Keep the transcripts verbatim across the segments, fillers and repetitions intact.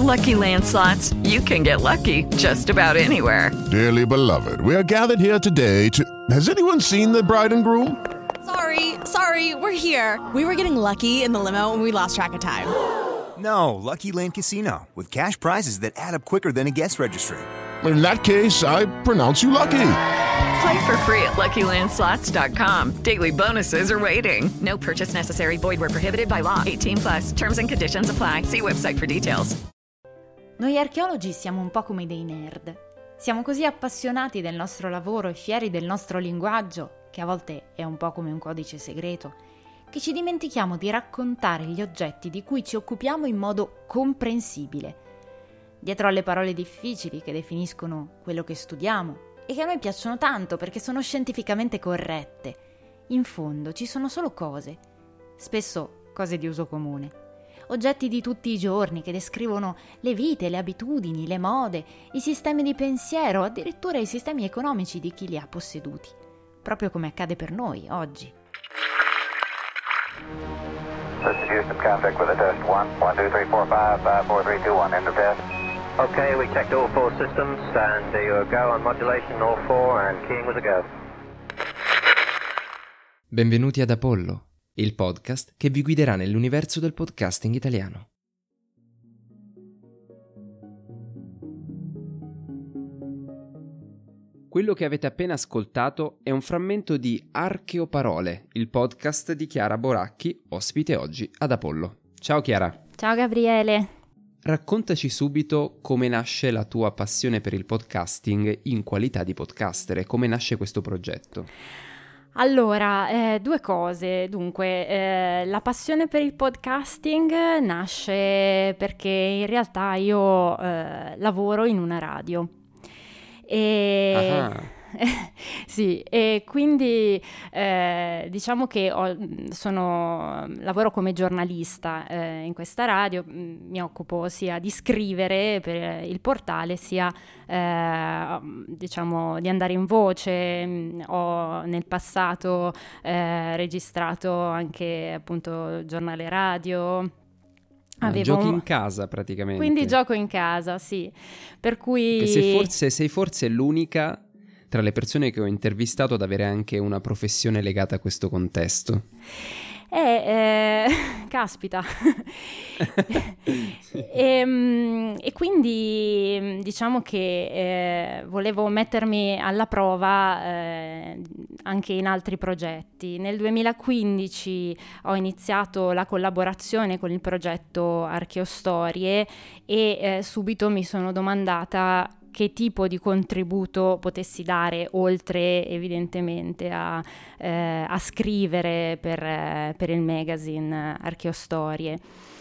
Lucky Land Slots, you can get lucky just about anywhere. Dearly beloved, we are gathered here today to... Has anyone seen the bride and groom? Sorry, sorry, we're here. We were getting lucky in the limo and we lost track of time. No, Lucky Land Casino, with cash prizes that add up quicker than a guest registry. In that case, I pronounce you lucky. Play for free at Lucky Land Slots dot com. Daily bonuses are waiting. No purchase necessary. Void where prohibited by law. eighteen plus. Terms and conditions apply. See website for details. Noi archeologi siamo un po' come dei nerd. Siamo così appassionati del nostro lavoro e fieri del nostro linguaggio, che a volte è un po' come un codice segreto, che ci dimentichiamo di raccontare gli oggetti di cui ci occupiamo in modo comprensibile. Dietro alle parole difficili che definiscono quello che studiamo e che a noi piacciono tanto perché sono scientificamente corrette, in fondo ci sono solo cose, spesso cose di uso comune, oggetti di tutti i giorni che descrivono le vite, le abitudini, le mode, i sistemi di pensiero, addirittura i sistemi economici di chi li ha posseduti, proprio come accade per noi oggi. This is Houston, contact with a test. one, one, two, three, four, five, five, four, three, two, one, end of test. Okay, we checked all four systems, and there you go on modulation, all four, and keying was a go. Benvenuti ad Apollo, il podcast che vi guiderà nell'universo del podcasting italiano. Quello che avete appena ascoltato è un frammento di Archeoparole, il podcast di Chiara Boracchi, ospite oggi ad Apollo. Ciao Chiara. Ciao Gabriele. Raccontaci subito come nasce la tua passione per il podcasting in qualità di podcaster e come nasce questo progetto. Allora, eh, due cose. Dunque, eh, la passione per il podcasting nasce perché in realtà io eh, lavoro in una radio. E... Ah. Sì, e quindi eh, diciamo che ho, sono, lavoro come giornalista eh, in questa radio, mi occupo sia di scrivere per il portale sia eh, diciamo di andare in voce. Ho nel passato eh, registrato anche appunto giornale radio. Avevo... Giochi in casa praticamente. Quindi gioco in casa, sì. Per cui... Che sei forse, sei forse l'unica tra le persone che ho intervistato ad avere anche una professione legata a questo contesto. Eh, eh caspita. e, e quindi diciamo che eh, volevo mettermi alla prova eh, anche in altri progetti. Nel duemilaquindici ho iniziato la collaborazione con il progetto Archeostorie e eh, subito mi sono domandata che tipo di contributo potessi dare, oltre evidentemente a, eh, a scrivere per, eh, per il magazine Archeostorie.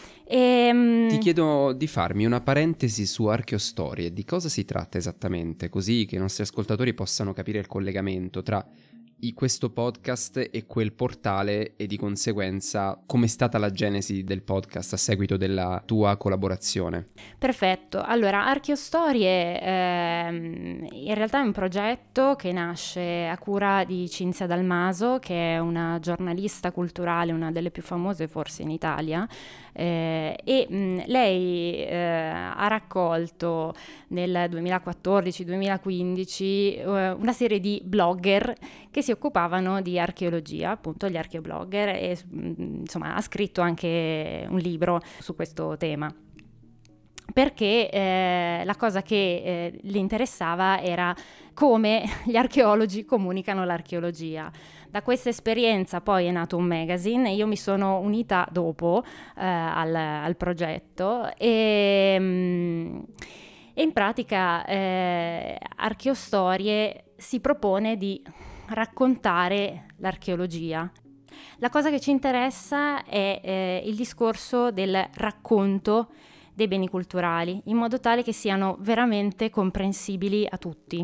E, Ti chiedo di farmi una parentesi su Archeostorie, di cosa si tratta esattamente, così che i nostri ascoltatori possano capire il collegamento tra i, questo podcast e quel portale e di conseguenza come è stata la genesi del podcast a seguito della tua collaborazione. Perfetto, allora Archeostorie ehm, in realtà è un progetto che nasce a cura di Cinzia Dalmaso, che è una giornalista culturale, una delle più famose forse in Italia, eh, e mh, lei eh, ha raccolto nel duemilaquattordici duemilaquindici eh, una serie di blogger che si occupavano di archeologia, appunto gli archeoblogger, e insomma ha scritto anche un libro su questo tema. Perché eh, la cosa che eh, le interessava era come gli archeologi comunicano l'archeologia. Da questa esperienza poi è nato un magazine e io mi sono unita dopo eh, al, al progetto e, mh, e in pratica eh, Archeostorie si propone di raccontare l'archeologia. La cosa che ci interessa è eh, il discorso del racconto dei beni culturali, in modo tale che siano veramente comprensibili a tutti.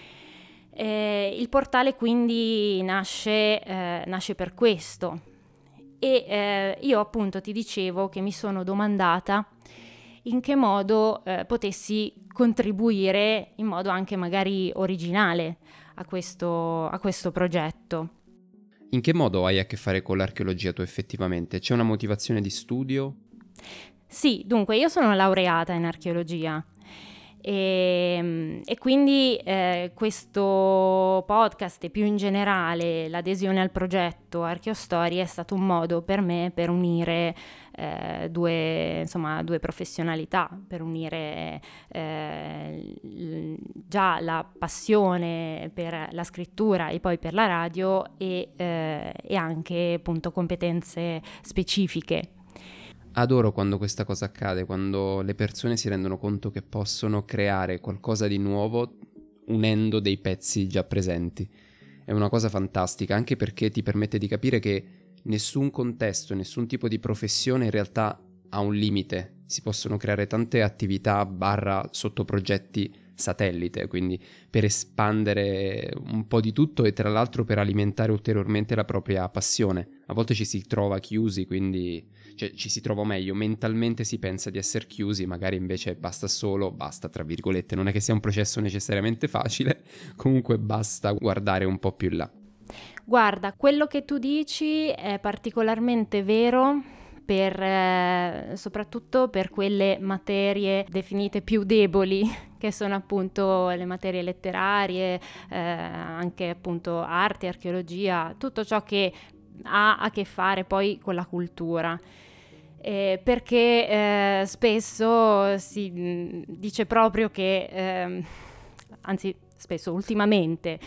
Eh, il portale quindi nasce, eh, nasce per questo e eh, io appunto ti dicevo che mi sono domandata in che modo eh, potessi contribuire in modo anche magari originale a questo, a questo progetto. In che modo hai a che fare con l'archeologia tu effettivamente? C'è una motivazione di studio? Sì, dunque io sono laureata in archeologia e, e quindi eh, questo podcast e più in generale l'adesione al progetto Archeostorie è stato un modo per me per unire eh, due, insomma, due professionalità, per unire eh, già la passione per la scrittura e poi per la radio e, eh, e anche appunto competenze specifiche. Adoro quando questa cosa accade, quando le persone si rendono conto che possono creare qualcosa di nuovo unendo dei pezzi già presenti. È una cosa fantastica, anche perché ti permette di capire che nessun contesto, nessun tipo di professione in realtà ha un limite. Si possono creare tante attività barra sottoprogetti satellite, quindi per espandere un po' di tutto e tra l'altro per alimentare ulteriormente la propria passione. A volte ci si trova chiusi, quindi cioè ci si trova meglio, mentalmente si pensa di essere chiusi, magari invece basta solo, basta tra virgolette, non è che sia un processo necessariamente facile, comunque basta guardare un po' più in là. Guarda, quello che tu dici è particolarmente vero per eh, soprattutto per quelle materie definite più deboli, che sono appunto le materie letterarie, eh, anche appunto arte, archeologia, tutto ciò che ha a che fare poi con la cultura. Eh, perché eh, spesso si mh, dice proprio che, eh, anzi spesso ultimamente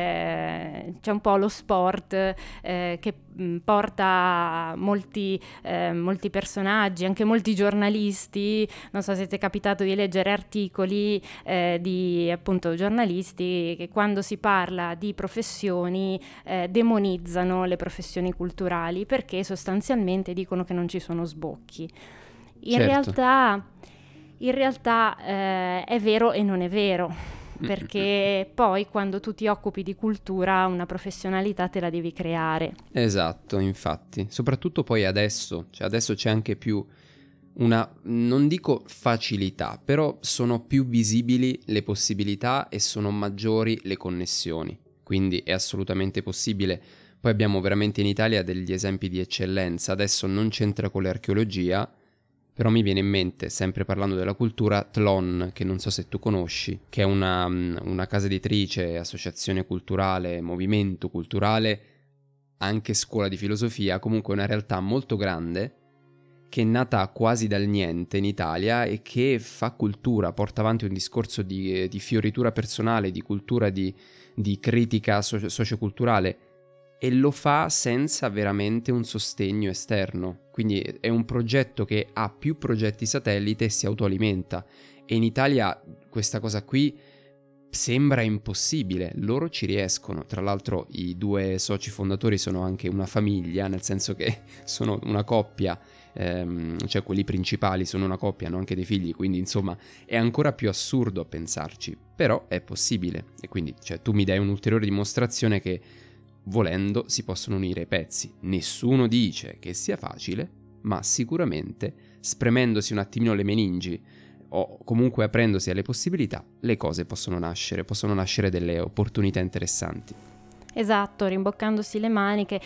eh, c'è un po' lo sport eh, che mh, porta molti, eh, molti personaggi, anche molti giornalisti, non so se ti è capitato di leggere articoli eh, di appunto giornalisti che quando si parla di professioni eh, demonizzano le professioni culturali perché sostanzialmente dicono che non ci sono sbocchi. In certo. realtà, in realtà eh, è vero e non è vero. Perché poi quando tu ti occupi di cultura una professionalità te la devi creare. Esatto, infatti, soprattutto poi adesso, cioè adesso c'è anche più una, non dico facilità, però sono più visibili le possibilità e sono maggiori le connessioni, quindi è assolutamente possibile. Poi abbiamo veramente in Italia degli esempi di eccellenza, adesso non c'entra con l'archeologia, però mi viene in mente, sempre parlando della cultura, Tlon, che non so se tu conosci, che è una, una casa editrice, associazione culturale, movimento culturale, anche scuola di filosofia, comunque una realtà molto grande, che è nata quasi dal niente in Italia e che fa cultura, porta avanti un discorso di, di fioritura personale, di cultura, di, di critica socio- socioculturale, e lo fa senza veramente un sostegno esterno. Quindi è un progetto che ha più progetti satellite e si autoalimenta, e in Italia questa cosa qui sembra impossibile. Loro ci riescono, tra l'altro i due soci fondatori sono anche una famiglia, nel senso che sono una coppia, ehm, cioè quelli principali sono una coppia, hanno anche dei figli, quindi insomma è ancora più assurdo a pensarci, però è possibile. E quindi cioè, tu mi dai un'ulteriore dimostrazione che volendo si possono unire i pezzi. Nessuno dice che sia facile, ma sicuramente spremendosi un attimino le meningi o comunque aprendosi alle possibilità, le cose possono nascere, possono nascere delle opportunità interessanti. Esatto, rimboccandosi le maniche,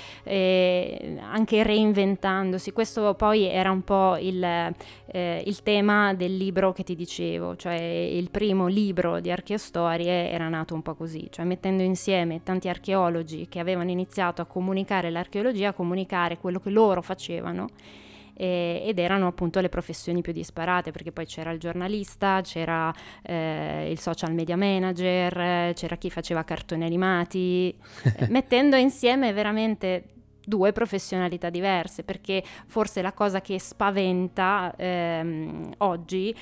eh, anche reinventandosi. Questo poi era un po' il, eh, il tema del libro che ti dicevo, cioè il primo libro di Archeostorie era nato un po' così, cioè mettendo insieme tanti archeologi che avevano iniziato a comunicare l'archeologia, a comunicare quello che loro facevano, eh, ed erano appunto le professioni più disparate, perché poi c'era il giornalista, c'era eh, il social media manager, eh, c'era chi faceva cartoni animati, eh, mettendo insieme veramente due professionalità diverse, perché forse la cosa che spaventa ehm, oggi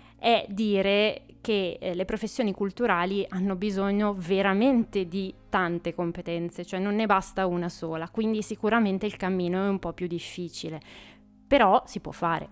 è dire che eh, le professioni culturali hanno bisogno veramente di tante competenze, cioè non ne basta una sola, quindi sicuramente il cammino è un po' più difficile, però si può fare.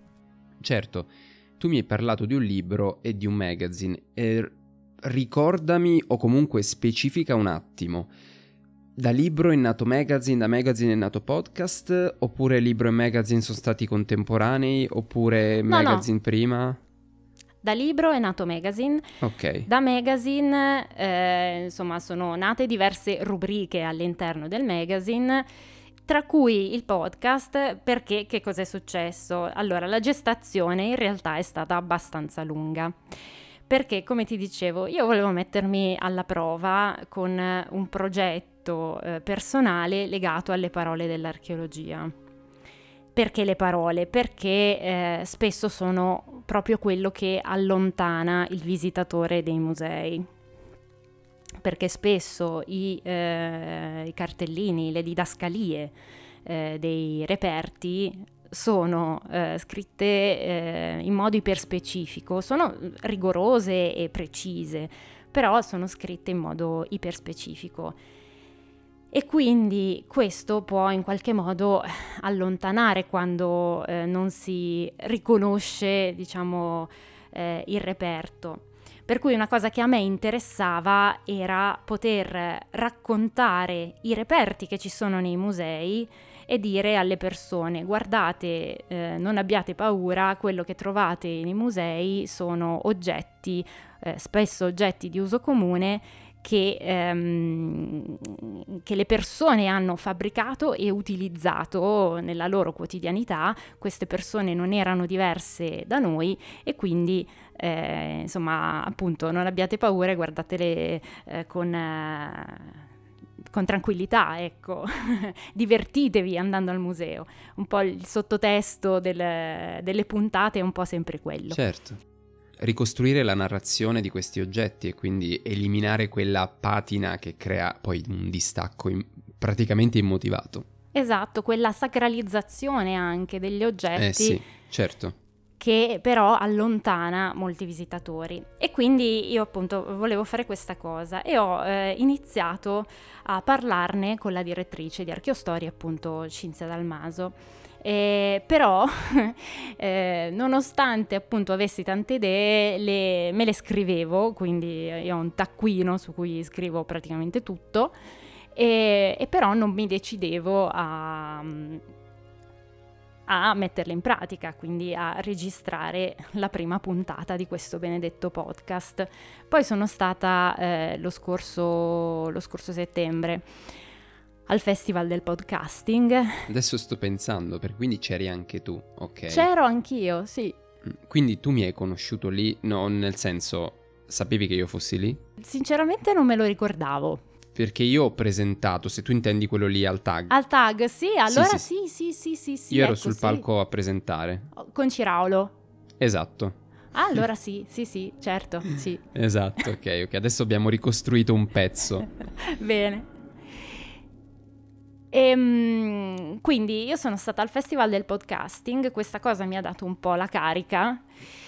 Certo, tu mi hai parlato di un libro e di un magazine, e ricordami o comunque specifica un attimo, da libro è nato magazine, da magazine è nato podcast, oppure libro e magazine sono stati contemporanei, oppure no, magazine no. prima? Da libro è nato magazine, ok. Da magazine eh, insomma sono nate diverse rubriche all'interno del magazine tra cui il podcast. Perché che cos'è successo? Allora, la gestazione in realtà è stata abbastanza lunga, perché come ti dicevo io volevo mettermi alla prova con un progetto eh, personale legato alle parole dell'archeologia. Perché le parole? Perché eh, spesso sono proprio quello che allontana il visitatore dei musei. Perché spesso i, eh, i cartellini, le didascalie eh, dei reperti sono eh, scritte eh, in modo iperspecifico, sono rigorose e precise, però sono scritte in modo iperspecifico. E quindi questo può in qualche modo allontanare quando eh, non si riconosce, diciamo, eh, il reperto. Per cui una cosa che a me interessava era poter raccontare i reperti che ci sono nei musei e dire alle persone: guardate, eh, non abbiate paura, quello che trovate nei musei sono oggetti, eh, spesso oggetti di uso comune, che, ehm, che le persone hanno fabbricato e utilizzato nella loro quotidianità. Queste persone non erano diverse da noi e quindi eh, insomma, appunto, non abbiate paura e guardatele eh, con, eh, con tranquillità, ecco. Divertitevi andando al museo. Un po' il sottotesto del, delle puntate è un po' sempre quello. Certo. Ricostruire la narrazione di questi oggetti e quindi eliminare quella patina che crea poi un distacco in, praticamente immotivato. Esatto, quella sacralizzazione anche degli oggetti. Eh sì, certo. Che però allontana molti visitatori. E quindi io appunto volevo fare questa cosa e ho eh, iniziato a parlarne con la direttrice di Archeostoria, appunto Cinzia Dalmaso. Eh, però eh, nonostante appunto avessi tante idee, le, me le scrivevo, quindi io ho un taccuino su cui scrivo praticamente tutto, e, e però non mi decidevo a, a metterle in pratica, quindi a registrare la prima puntata di questo benedetto podcast. Poi sono stata eh, lo scorso, lo scorso settembre al Festival del Podcasting. Adesso sto pensando, per quindi c'eri anche tu, ok? C'ero anch'io, sì. Quindi tu mi hai conosciuto lì, no, nel senso, sapevi che io fossi lì? Sinceramente non me lo ricordavo. Perché io ho presentato, se tu intendi quello lì al tag. Al tag, sì, allora sì, sì, sì, sì, sì, sì. Io ero ecco, sul sì. palco a presentare. Con Ciraulo. Esatto. Ah, allora sì, sì, sì, certo, sì. Esatto, ok, ok. Adesso abbiamo ricostruito un pezzo. Bene. E, quindi io sono stata al Festival del Podcasting, questa cosa mi ha dato un po' la carica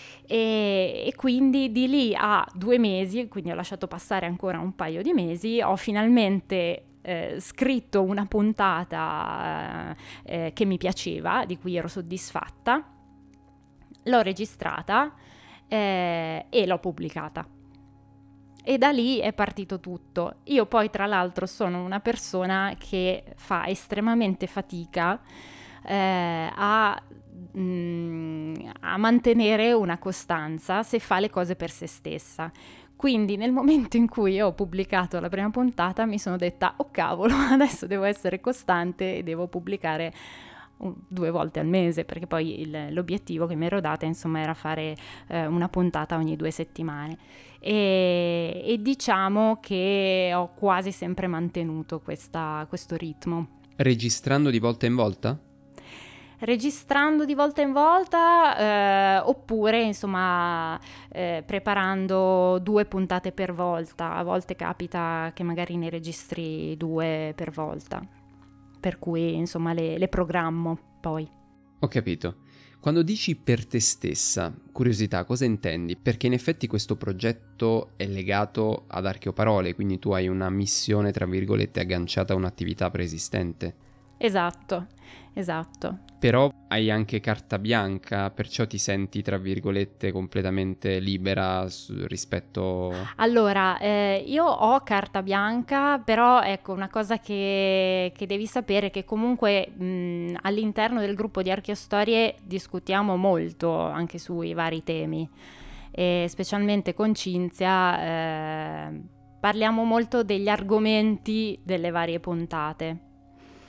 e, e quindi di lì a due mesi, quindi ho lasciato passare ancora un paio di mesi, ho finalmente eh, scritto una puntata eh, che mi piaceva, di cui ero soddisfatta, l'ho registrata eh, e l'ho pubblicata. E da lì è partito tutto. Io poi tra l'altro sono una persona che fa estremamente fatica eh, a, mh, a mantenere una costanza se fa le cose per se stessa. Quindi nel momento in cui ho pubblicato la prima puntata mi sono detta: oh cavolo, adesso devo essere costante e devo pubblicare due volte al mese, perché poi il, l'obiettivo che mi ero data insomma era fare eh, una puntata ogni due settimane e, e diciamo che ho quasi sempre mantenuto questa, questo ritmo. Registrando di volta in volta? Registrando di volta in volta eh, oppure insomma eh, preparando due puntate per volta. A volte capita che magari ne registri due per volta, per cui insomma le, le programmo poi. Ho capito. Quando dici per te stessa, curiosità, cosa intendi? Perché in effetti questo progetto è legato ad Archeoparole, quindi tu hai una missione, tra virgolette, agganciata a un'attività preesistente. Esatto, esatto. Però hai anche carta bianca, perciò ti senti, tra virgolette, completamente libera su, rispetto... Allora, eh, io ho carta bianca, però ecco, una cosa che, che devi sapere è che comunque mh, all'interno del gruppo di Archeostorie discutiamo molto anche sui vari temi, e specialmente con Cinzia eh, parliamo molto degli argomenti delle varie puntate.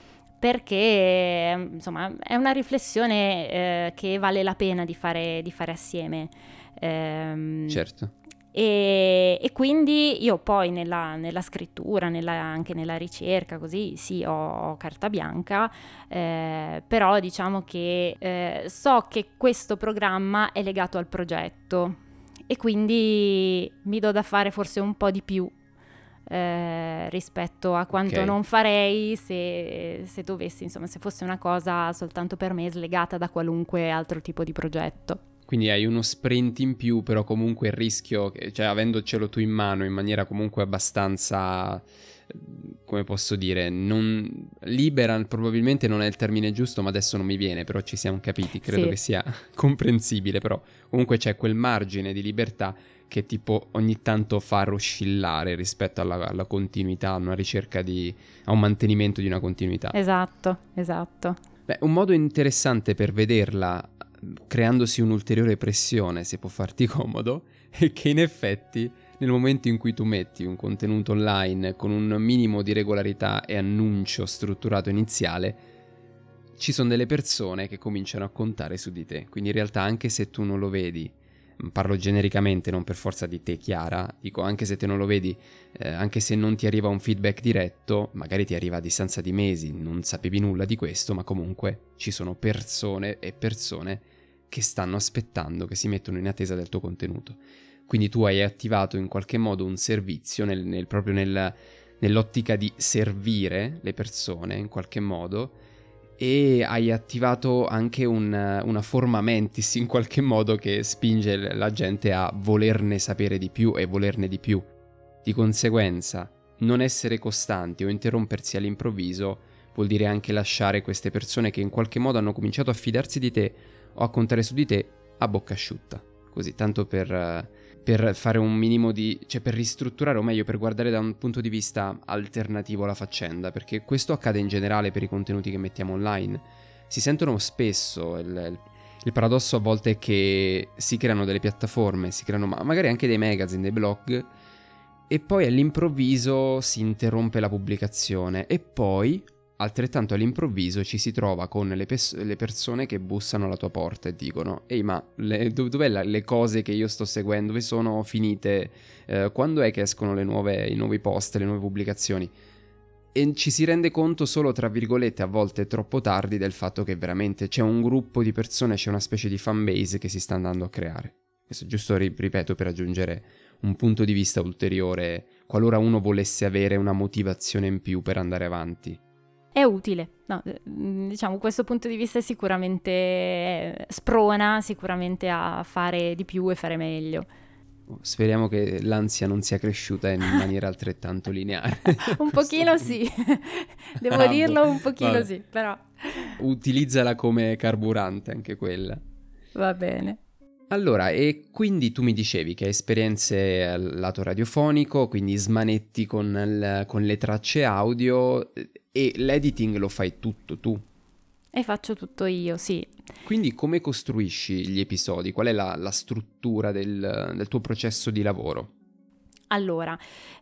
perché insomma è una riflessione eh, che vale la pena di fare, di fare assieme. Ehm, certo. E, e quindi io poi nella, nella scrittura, nella, anche nella ricerca, così sì, ho, ho carta bianca, eh, però diciamo che eh, so che questo programma è legato al progetto e quindi mi do da fare forse un po' di più eh, rispetto a quanto Okay. non farei se, se dovessi, insomma, se fosse una cosa soltanto per me slegata da qualunque altro tipo di progetto. Quindi hai uno sprint in più, però comunque il rischio, che- cioè avendocelo tu in mano in maniera comunque abbastanza, eh, come posso dire, non libera, probabilmente non è il termine giusto, ma adesso non mi viene, però ci siamo capiti, credo Sì. che sia comprensibile, però comunque c'è quel margine di libertà che tipo ogni tanto far oscillare rispetto alla, alla continuità, a una ricerca di, a un mantenimento di una continuità. Esatto, esatto. Beh, un modo interessante per vederla, creandosi un'ulteriore pressione, se può farti comodo, è che in effetti nel momento in cui tu metti un contenuto online con un minimo di regolarità e annuncio strutturato iniziale, ci sono delle persone che cominciano a contare su di te. Quindi in realtà anche se tu non lo vedi, parlo genericamente, non per forza di te Chiara, dico anche se te non lo vedi, eh, anche se non ti arriva un feedback diretto, magari ti arriva a distanza di mesi, non sapevi nulla di questo, ma comunque ci sono persone e persone che stanno aspettando, che si mettono in attesa del tuo contenuto. Quindi tu hai attivato in qualche modo un servizio nel, nel, proprio nel, nell'ottica di servire le persone in qualche modo, e hai attivato anche un, una forma mentis in qualche modo che spinge la gente a volerne sapere di più e volerne di più. Di conseguenza, non essere costanti o interrompersi all'improvviso vuol dire anche lasciare queste persone che in qualche modo hanno cominciato a fidarsi di te o a contare su di te a bocca asciutta. Così, tanto per, per fare un minimo di... cioè per ristrutturare, o meglio per guardare da un punto di vista alternativo alla faccenda, perché questo accade in generale per i contenuti che mettiamo online. Si sentono spesso, il, il, il paradosso a volte è che si creano delle piattaforme, si creano ma magari anche dei magazine, dei blog, e poi all'improvviso si interrompe la pubblicazione e poi... altrettanto all'improvviso ci si trova con le, pes- le persone che bussano alla tua porta e dicono: ehi, ma le, dov- dov'è la- le cose che io sto seguendo? Dove sono finite? Eh, quando è che escono le nuove, i nuovi post, le nuove pubblicazioni? E ci si rende conto solo, tra virgolette, a volte troppo tardi, del fatto che veramente c'è un gruppo di persone, c'è una specie di fanbase che si sta andando a creare. Questo giusto, ri- ripeto, per aggiungere un punto di vista ulteriore, qualora uno volesse avere una motivazione in più per andare avanti. È utile, no, diciamo questo punto di vista sicuramente sprona sicuramente a fare di più e fare meglio. Speriamo che l'ansia non sia cresciuta in maniera altrettanto lineare. Un pochino sì, devo Ah, dirlo, boh. un pochino Vabbè. sì, però Utilizzala come carburante anche quella. va bene. Allora, e quindi tu mi dicevi che hai esperienze al lato radiofonico, quindi smanetti con, il- con le tracce audio, e l'editing lo fai tutto tu. E faccio tutto io, sì. Quindi come costruisci gli episodi? Qual è la, la struttura del, del tuo processo di lavoro? Allora,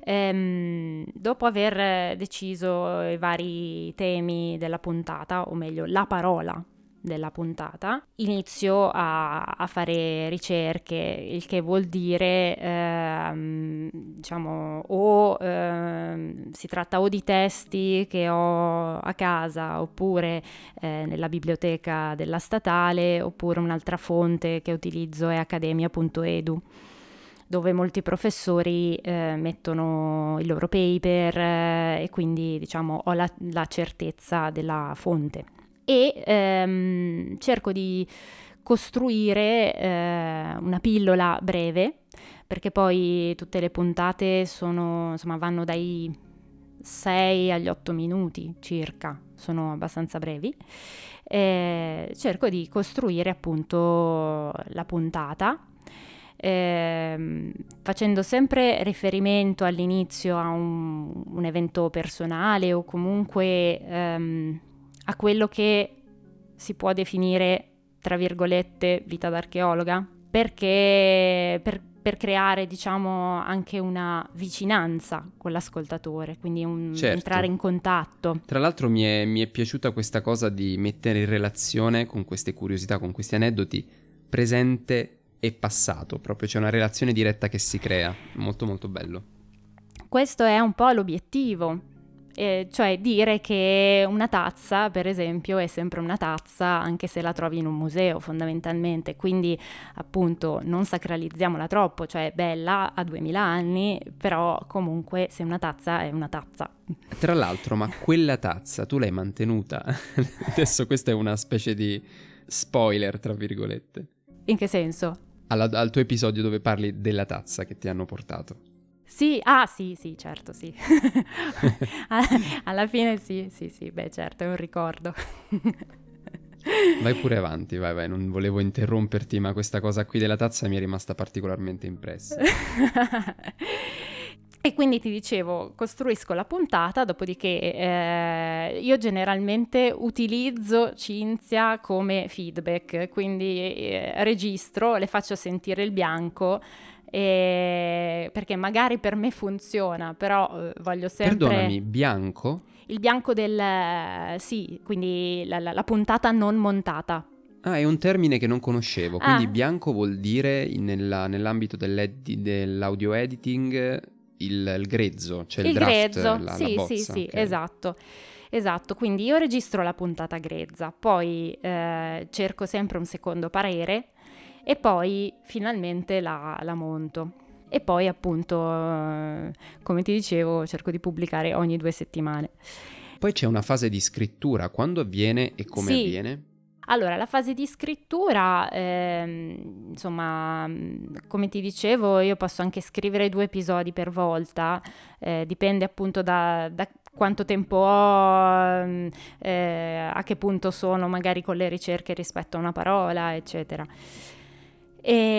ehm, dopo aver deciso i vari temi della puntata, o meglio la parola della puntata, inizio a, a fare ricerche, il che vuol dire ehm, diciamo o ehm, si tratta o di testi che ho a casa oppure eh, nella biblioteca della statale, oppure un'altra fonte che utilizzo è accademia punto edu, dove molti professori eh, mettono i loro paper eh, e quindi diciamo ho la, la certezza della fonte. E ehm, cerco di costruire eh, una pillola breve, perché poi tutte le puntate sono, insomma, vanno dai sei agli otto minuti circa, sono abbastanza brevi. Eh, cerco di costruire appunto la puntata, ehm, facendo sempre riferimento all'inizio a un, un evento personale o comunque ehm, a quello che si può definire, tra virgolette, vita d'archeologa, perché per, per creare, diciamo, anche una vicinanza con l'ascoltatore, quindi un, certo. entrare in contatto. Tra l'altro mi è, mi è piaciuta questa cosa di mettere in relazione con queste curiosità, con questi aneddoti, presente e passato, proprio c'è una relazione diretta che si crea, molto molto bello. Questo è un po' l'obiettivo. Eh, cioè dire che una tazza, per esempio, è sempre una tazza anche se la trovi in un museo, fondamentalmente, quindi appunto non sacralizziamola troppo, cioè è bella, ha duemila anni, però comunque se una tazza è una tazza. Tra l'altro, ma quella tazza tu l'hai mantenuta? Adesso questa è una specie di spoiler, tra virgolette. In che senso? Alla, al tuo episodio dove parli della tazza che ti hanno portato. Sì, ah sì, sì, certo, sì. Alla fine sì, sì, sì, beh certo, è un ricordo. Vai pure avanti, vai, vai, non volevo interromperti, ma questa cosa qui della tazza mi è rimasta particolarmente impressa. E quindi ti dicevo, costruisco la puntata, dopodiché eh, io generalmente utilizzo Cinzia come feedback, quindi eh, registro, le faccio sentire il bianco, E perché magari per me funziona, però eh, voglio sempre... Perdonami, bianco? Il bianco del... sì, quindi la, la, la puntata non montata. Ah, è un termine che non conoscevo, quindi ah. bianco vuol dire nella, nell'ambito dell'audio editing il, il grezzo, cioè il, il draft, grezzo, la, sì, la bozza. sì, sì, okay. esatto. Esatto, quindi io registro la puntata grezza, poi eh, cerco sempre un secondo parere, e poi finalmente la, la monto. E poi appunto, eh, come ti dicevo, cerco di pubblicare ogni due settimane. Poi c'è una fase di scrittura, quando avviene e come sì. avviene? Allora, la fase di scrittura, ehm, insomma, come ti dicevo, io posso anche scrivere due episodi per volta, eh, dipende appunto da, da quanto tempo ho, eh, a che punto sono magari con le ricerche rispetto a una parola, eccetera. E,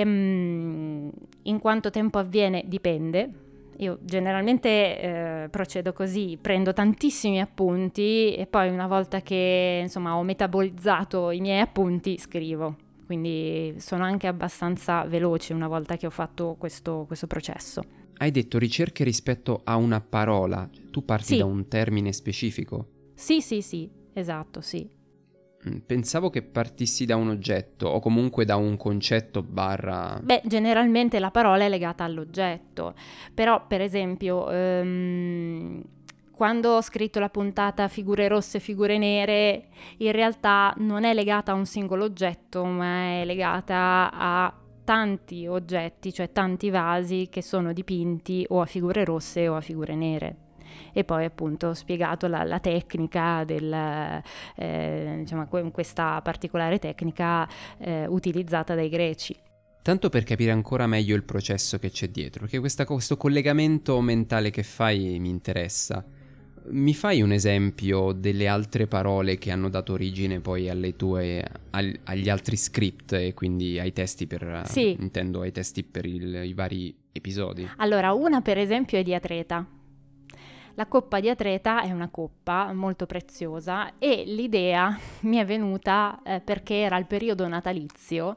in quanto tempo avviene dipende. Io generalmente eh, procedo così, prendo tantissimi appunti e poi una volta che insomma ho metabolizzato i miei appunti scrivo, quindi sono anche abbastanza veloce una volta che ho fatto questo, questo processo. Hai detto ricerche rispetto a una parola, tu parti sì. da un termine specifico? Sì, sì, sì, esatto, sì. Pensavo che partissi da un oggetto o comunque da un concetto barra... Beh, generalmente la parola è legata all'oggetto, però per esempio ehm, quando ho scritto la puntata figure rosse e figure nere, in realtà non è legata a un singolo oggetto, ma è legata a tanti oggetti, cioè tanti vasi che sono dipinti o a figure rosse o a figure nere. E poi appunto ho spiegato la, la tecnica del, eh, diciamo, questa particolare tecnica eh, utilizzata dai greci. Tanto per capire ancora meglio il processo che c'è dietro, perché questa, questo collegamento mentale che fai mi interessa. Mi fai un esempio delle altre parole che hanno dato origine poi alle tue, al, agli altri script e quindi ai testi per, sì. intendo ai testi per il, i vari episodi? Allora, una per esempio è di Atreta. La coppa di Atreta è una coppa molto preziosa e l'idea mi è venuta eh, perché era il periodo natalizio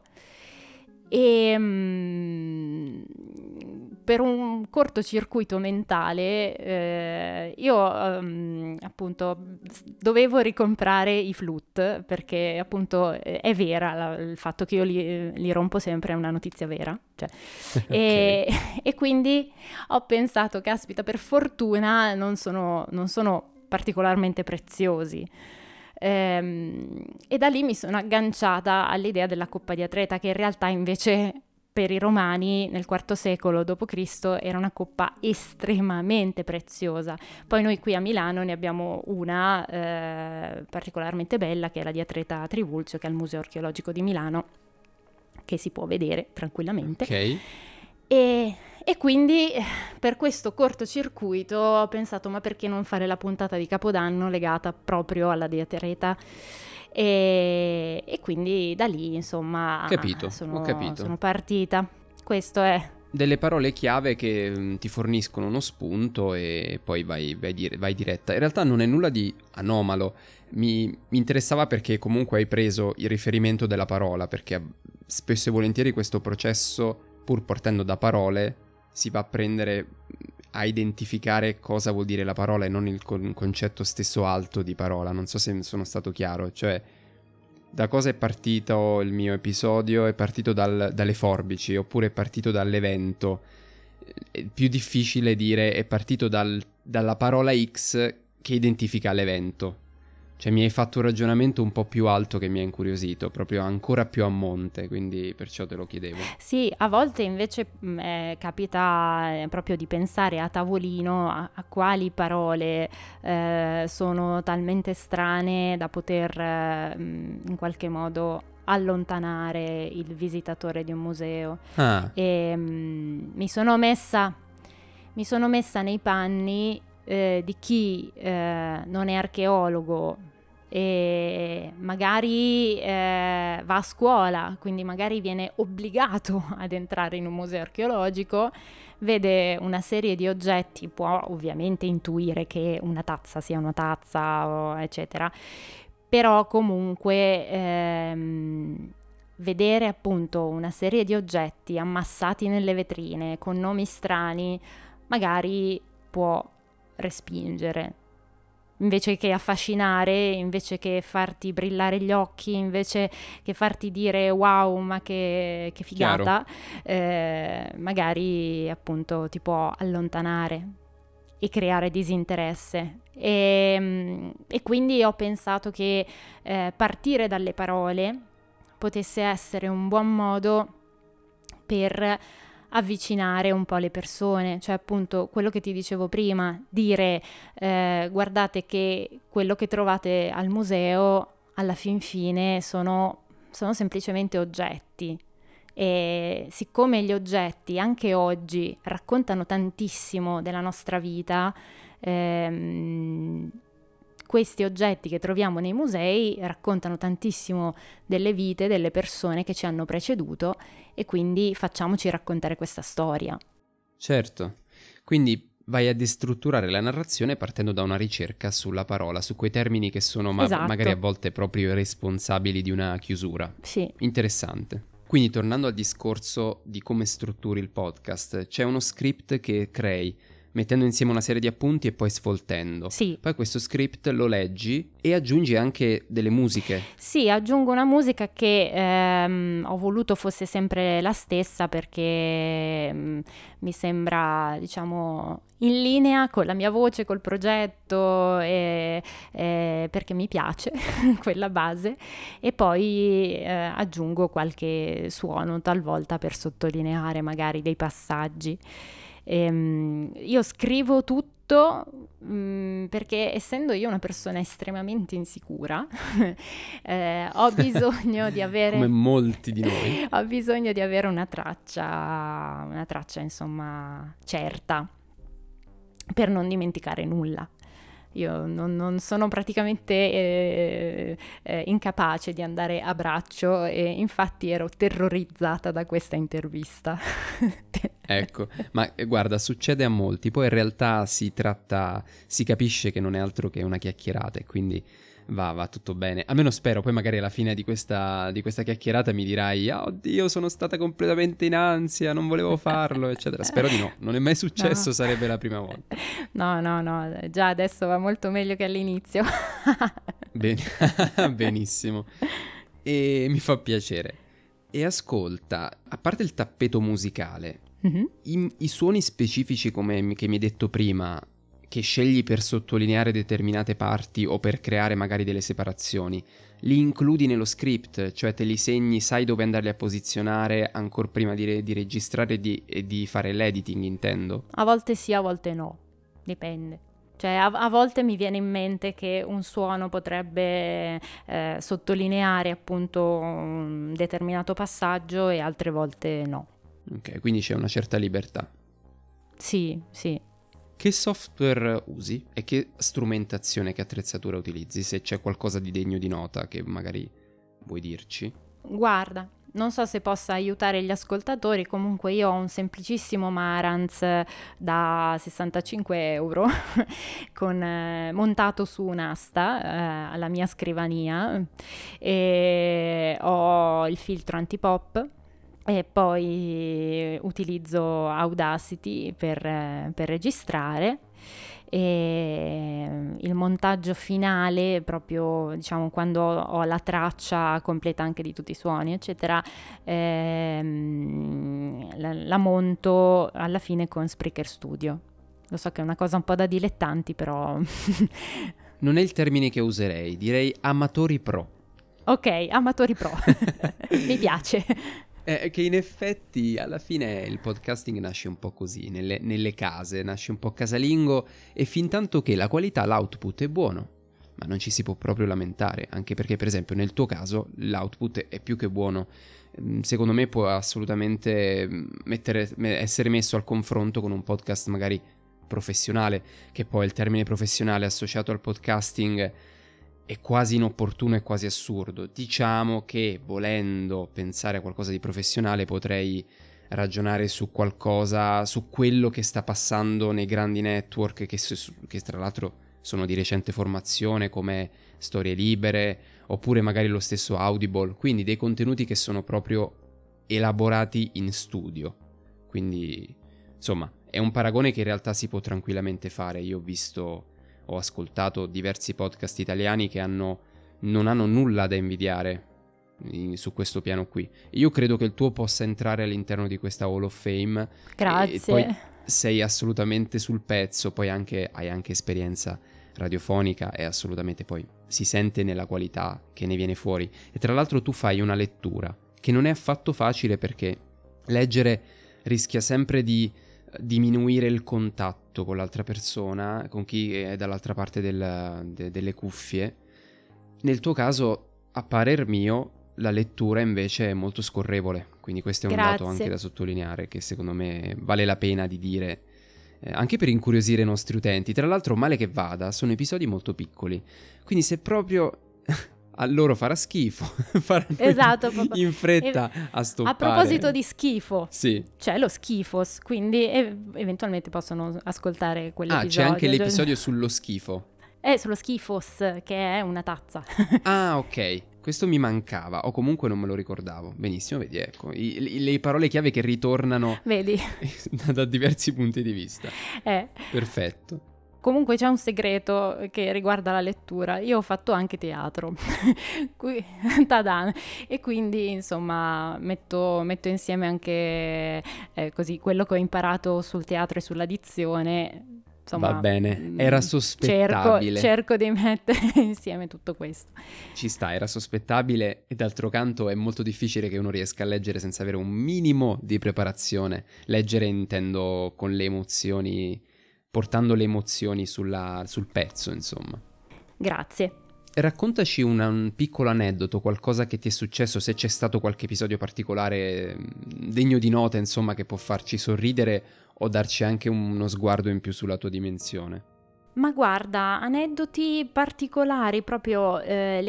e mh, per un cortocircuito mentale eh, io um, appunto dovevo ricomprare i flute perché appunto eh, è vera la, il fatto che io li, li rompo sempre è una notizia vera, cioè, okay. e, e quindi ho pensato caspita, per fortuna non sono, non sono particolarmente preziosi. Ehm, e da lì mi sono agganciata all'idea della coppa di Atreta, che in realtà invece per i romani nel quarto secolo dopo Cristo era una coppa estremamente preziosa. Poi noi qui a Milano ne abbiamo una eh, particolarmente bella, che è la di Atreta Trivulzio, che è al Museo Archeologico di Milano, che si può vedere tranquillamente. Ok. E, e quindi per questo cortocircuito ho pensato, ma perché non fare la puntata di Capodanno legata proprio alla di Atreta? E, e quindi da lì insomma capito, sono, ho capito. sono partita. Questo è. Delle parole chiave che mh, ti forniscono uno spunto e poi vai, vai, di, vai diretta. In realtà non è nulla di anomalo, mi, mi interessava perché comunque hai preso il riferimento della parola, perché spesso e volentieri questo processo pur partendo da parole, si va a prendere, a identificare cosa vuol dire la parola e non il con- concetto stesso alto di parola. Non so se sono stato chiaro, cioè da cosa è partito il mio episodio? È partito dal, dalle forbici, oppure è partito dall'evento. È più difficile dire è partito dal, dalla parola X che identifica l'evento. Cioè mi hai fatto un ragionamento un po' più alto che mi ha incuriosito, proprio ancora più a monte, quindi perciò te lo chiedevo. Sì, a volte invece mh, eh, capita eh, proprio di pensare a tavolino a, a quali parole eh, sono talmente strane da poter eh, mh, in qualche modo allontanare il visitatore di un museo. Ah. E mh, mi sono messa mi sono messa nei panni eh, di chi eh, non è archeologo e magari eh, va a scuola, quindi magari viene obbligato ad entrare in un museo archeologico, vede una serie di oggetti, può ovviamente intuire che una tazza sia una tazza, o eccetera, però comunque ehm, vedere appunto una serie di oggetti ammassati nelle vetrine con nomi strani magari può respingere, invece che affascinare, invece che farti brillare gli occhi, invece che farti dire wow ma che, che figata, eh, magari appunto ti può allontanare e creare disinteresse. E, e quindi ho pensato che eh, partire dalle parole potesse essere un buon modo per avvicinare un po' le persone, cioè appunto quello che ti dicevo prima, dire eh, guardate che quello che trovate al museo alla fin fine sono, sono semplicemente oggetti, e siccome gli oggetti anche oggi raccontano tantissimo della nostra vita, ehm, questi oggetti che troviamo nei musei raccontano tantissimo delle vite delle persone che ci hanno preceduto, e quindi facciamoci raccontare questa storia. Certo, quindi vai a destrutturare la narrazione partendo da una ricerca sulla parola, su quei termini che sono ma- Esatto. magari a volte proprio responsabili di una chiusura. Sì. Interessante. Quindi tornando al discorso di come strutturi il podcast, c'è uno script che crei, mettendo insieme una serie di appunti e poi sfoltendo. Sì. Poi questo script lo leggi e aggiungi anche delle musiche. Sì, aggiungo una musica che ehm, ho voluto fosse sempre la stessa perché mh, mi sembra, diciamo, in linea con la mia voce, col progetto, e, e perché mi piace quella base, e poi eh, aggiungo qualche suono talvolta per sottolineare magari dei passaggi. Ehm, io scrivo tutto mh, perché essendo io una persona estremamente insicura eh, ho bisogno di avere come molti di noi ho bisogno di avere una traccia una traccia insomma certa per non dimenticare nulla. Io non, non sono praticamente eh, eh, incapace di andare a braccio, e infatti ero terrorizzata da questa intervista. Ecco, ma eh, guarda, succede a molti, poi in realtà si tratta, si capisce che non è altro che una chiacchierata, e quindi va, va tutto bene. Almeno spero, poi magari alla fine di questa, di questa chiacchierata mi dirai oh, oddio, sono stata completamente in ansia, non volevo farlo, eccetera. Spero di no, non è mai successo, no. Sarebbe la prima volta. No, no, no, già adesso va molto meglio che all'inizio. Ben- Benissimo, e mi fa piacere. E ascolta, a parte il tappeto musicale, mm-hmm. i, i suoni specifici come che mi hai detto prima, che scegli per sottolineare determinate parti o per creare magari delle separazioni, li includi nello script, cioè te li segni, sai dove andarli a posizionare ancora prima di, re- di registrare e di, e di fare l'editing, intendo? A volte sì, a volte no, dipende. Cioè a, a volte mi viene in mente che un suono potrebbe eh, sottolineare appunto un determinato passaggio, e altre volte no. Ok, quindi c'è una certa libertà. Sì, sì. Che software usi e che strumentazione, che attrezzatura utilizzi? Se c'è qualcosa di degno di nota che magari vuoi dirci? Guarda, non so se possa aiutare gli ascoltatori, comunque io ho un semplicissimo Marantz da sessantacinque euro con, eh, montato su un'asta eh, alla mia scrivania, e ho il filtro antipop, e poi utilizzo Audacity per, per registrare, e il montaggio finale, proprio diciamo quando ho la traccia completa anche di tutti i suoni eccetera, ehm, la, la monto alla fine con Spreaker Studio. Lo so che è una cosa un po' da dilettanti, però non è il termine che userei, direi amatori pro. Ok, amatori pro. Mi piace. Eh, che in effetti alla fine il podcasting nasce un po' così, nelle, nelle case, nasce un po' casalingo, e fin tanto che la qualità, l'output è buono, ma non ci si può proprio lamentare, anche perché per esempio nel tuo caso l'output è più che buono. Secondo me può assolutamente mettere, essere messo al confronto con un podcast magari professionale, che poi il termine professionale associato al podcasting è quasi inopportuno e quasi assurdo. Diciamo che volendo pensare a qualcosa di professionale potrei ragionare su qualcosa, su quello che sta passando nei grandi network che, che tra l'altro sono di recente formazione, come Storie Libere oppure magari lo stesso Audible, quindi dei contenuti che sono proprio elaborati in studio. Quindi insomma è un paragone che in realtà si può tranquillamente fare. Io ho visto, ho ascoltato diversi podcast italiani che hanno, non hanno nulla da invidiare in, su questo piano qui. Io credo che il tuo possa entrare all'interno di questa Hall of Fame. Grazie. E poi sei assolutamente sul pezzo, poi anche, hai anche esperienza radiofonica e assolutamente poi si sente nella qualità che ne viene fuori. E tra l'altro tu fai una lettura che non è affatto facile, perché leggere rischia sempre di diminuire il contatto con l'altra persona, con chi è dall'altra parte del, de, delle cuffie. Nel tuo caso, a parer mio, la lettura invece è molto scorrevole, quindi questo è un Grazie. dato anche da sottolineare, che secondo me vale la pena di dire, eh, anche per incuriosire i nostri utenti. Tra l'altro, male che vada, sono episodi molto piccoli, quindi se proprio a loro farà schifo, faranno esatto, in fretta e, a stoppare. A proposito di schifo, sì, c'è lo schifos, quindi ev- eventualmente possono ascoltare quell'episodio. Ah, c'è anche l'episodio sullo schifo. È sullo schifos, che è una tazza. Ah, ok. Questo mi mancava, o comunque non me lo ricordavo. Benissimo, vedi, ecco, i, i, le parole chiave che ritornano vedi? da, da diversi punti di vista. Eh. Perfetto. Comunque c'è un segreto che riguarda la lettura. Io ho fatto anche teatro, Qui, tadan. E quindi insomma metto, metto insieme anche eh, così quello che ho imparato sul teatro e sulla dizione. Insomma, va bene, era sospettabile. Cerco, cerco di mettere insieme tutto questo. Ci sta, era sospettabile, e d'altro canto è molto difficile che uno riesca a leggere senza avere un minimo di preparazione. Leggere intendo con le emozioni, portando le emozioni sulla, sul pezzo, insomma. Grazie. Raccontaci una, un piccolo aneddoto, qualcosa che ti è successo, se c'è stato qualche episodio particolare degno di nota, insomma, che può farci sorridere o darci anche uno sguardo in più sulla tua dimensione. Ma guarda, aneddoti particolari proprio eh,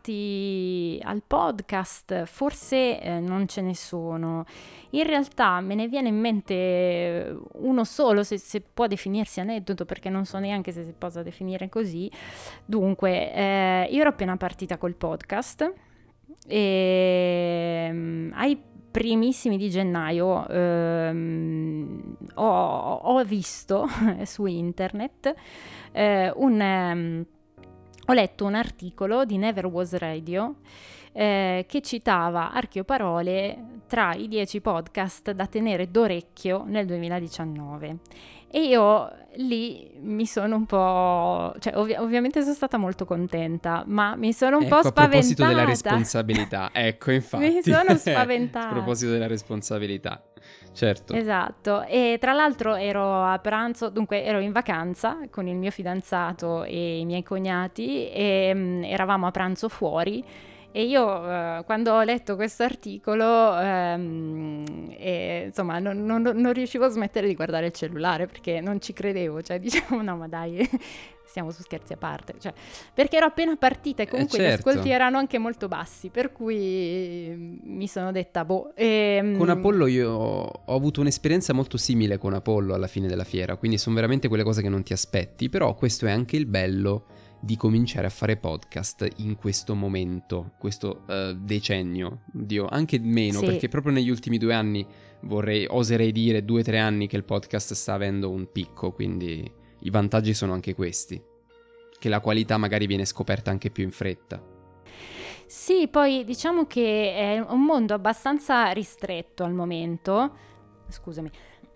legati al podcast, forse eh, non ce ne sono. In realtà me ne viene in mente uno solo, se, se può definirsi aneddoto, perché non so neanche se si possa definire così. Dunque, eh, io ero appena partita col podcast e um, ai primissimi di gennaio ehm, ho, ho visto su internet eh, un um, ho letto un articolo di Never Was Radio eh, che citava Archioparole tra i dieci podcast da tenere d'orecchio nel duemiladiciannove. E io lì mi sono un po'... cioè ovvi- ovviamente sono stata molto contenta, ma mi sono un ecco, po' spaventata. A proposito della responsabilità, ecco infatti. Mi sono spaventata. A proposito della responsabilità, certo. Esatto, e tra l'altro ero a pranzo, dunque ero in vacanza con il mio fidanzato e i miei cognati e mh, eravamo a pranzo fuori. E io eh, quando ho letto questo articolo ehm, e, insomma non, non, non riuscivo a smettere di guardare il cellulare perché non ci credevo, cioè dicevo no ma dai, siamo su scherzi a parte, cioè, perché ero appena partita e comunque eh certo. gli ascolti erano anche molto bassi, per cui mi sono detta boh. E, con Apollo io ho avuto un'esperienza molto simile con Apollo alla fine della fiera, quindi sono veramente quelle cose che non ti aspetti, però questo è anche il bello di cominciare a fare podcast in questo momento, questo uh, decennio, Dio, anche meno, Sì. perché proprio negli ultimi due anni vorrei, oserei dire due o tre anni che il podcast sta avendo un picco, quindi i vantaggi sono anche questi, che la qualità magari viene scoperta anche più in fretta. Sì, poi diciamo che è un mondo abbastanza ristretto al momento. Scusami.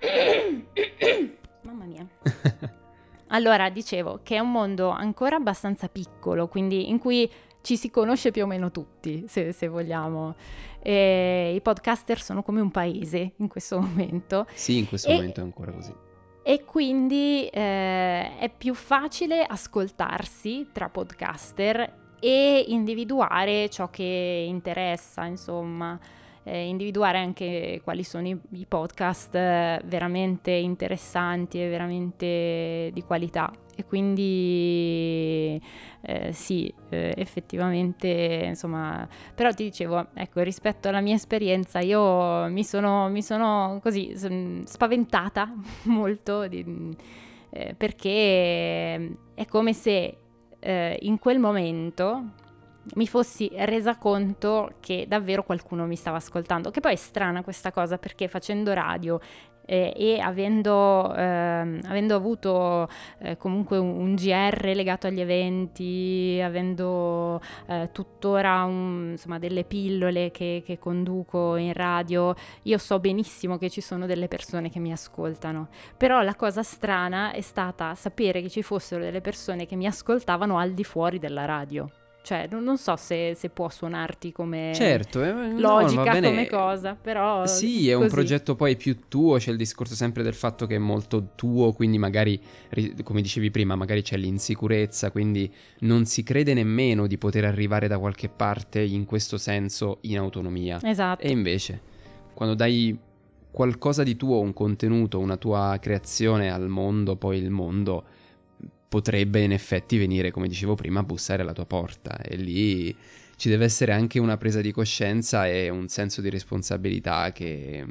Mamma mia. Allora, dicevo che è un mondo ancora abbastanza piccolo, quindi in cui ci si conosce più o meno tutti, se, se vogliamo. E i podcaster sono come un paese in questo momento. Sì, in questo E- momento è ancora così. E quindi eh, è più facile ascoltarsi tra podcaster e individuare ciò che interessa, insomma, eh, individuare anche quali sono i, i podcast eh, veramente interessanti e veramente di qualità. E quindi eh, sì, eh, effettivamente, insomma, però ti dicevo, ecco, rispetto alla mia esperienza, io mi sono, mi sono così son spaventata molto di, eh, perché è come se eh, in quel momento mi fossi resa conto che davvero qualcuno mi stava ascoltando, che poi è strana questa cosa, perché facendo radio eh, e avendo, ehm, avendo avuto eh, comunque un, un G R legato agli eventi, avendo eh, tuttora un, insomma, delle pillole che, che conduco in radio, io so benissimo che ci sono delle persone che mi ascoltano, però la cosa strana è stata sapere che ci fossero delle persone che mi ascoltavano al di fuori della radio. Cioè, non, non so se, se può suonarti come Certo, eh, no, logica, va bene. come cosa, però Sì, è un così. progetto poi più tuo, c'è il discorso sempre del fatto che è molto tuo, quindi magari, ri- come dicevi prima, magari c'è l'insicurezza, quindi non si crede nemmeno di poter arrivare da qualche parte in questo senso in autonomia. Esatto. E invece, quando dai qualcosa di tuo, un contenuto, una tua creazione al mondo, poi il mondo potrebbe in effetti venire, come dicevo prima, a bussare alla tua porta, e lì ci deve essere anche una presa di coscienza e un senso di responsabilità che,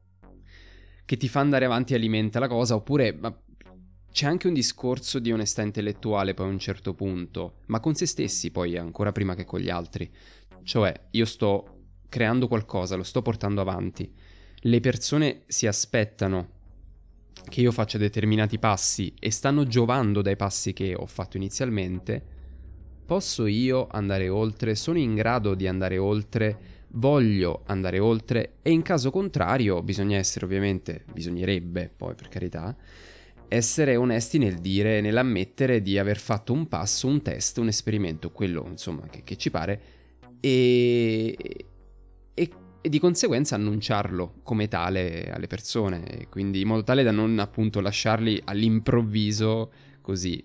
che ti fa andare avanti e alimenta la cosa, oppure ma c'è anche un discorso di onestà intellettuale poi a un certo punto, ma con se stessi poi ancora prima che con gli altri, cioè io sto creando qualcosa, lo sto portando avanti, le persone si aspettano che io faccia determinati passi e stanno giovando dai passi che ho fatto inizialmente, posso io andare oltre, sono in grado di andare oltre, voglio andare oltre, e in caso contrario bisogna essere, ovviamente, bisognerebbe poi, per carità, essere onesti nel dire, nell'ammettere di aver fatto un passo, un test, un esperimento, quello insomma che, che ci pare, e... e e di conseguenza annunciarlo come tale alle persone, e quindi in modo tale da non appunto lasciarli all'improvviso così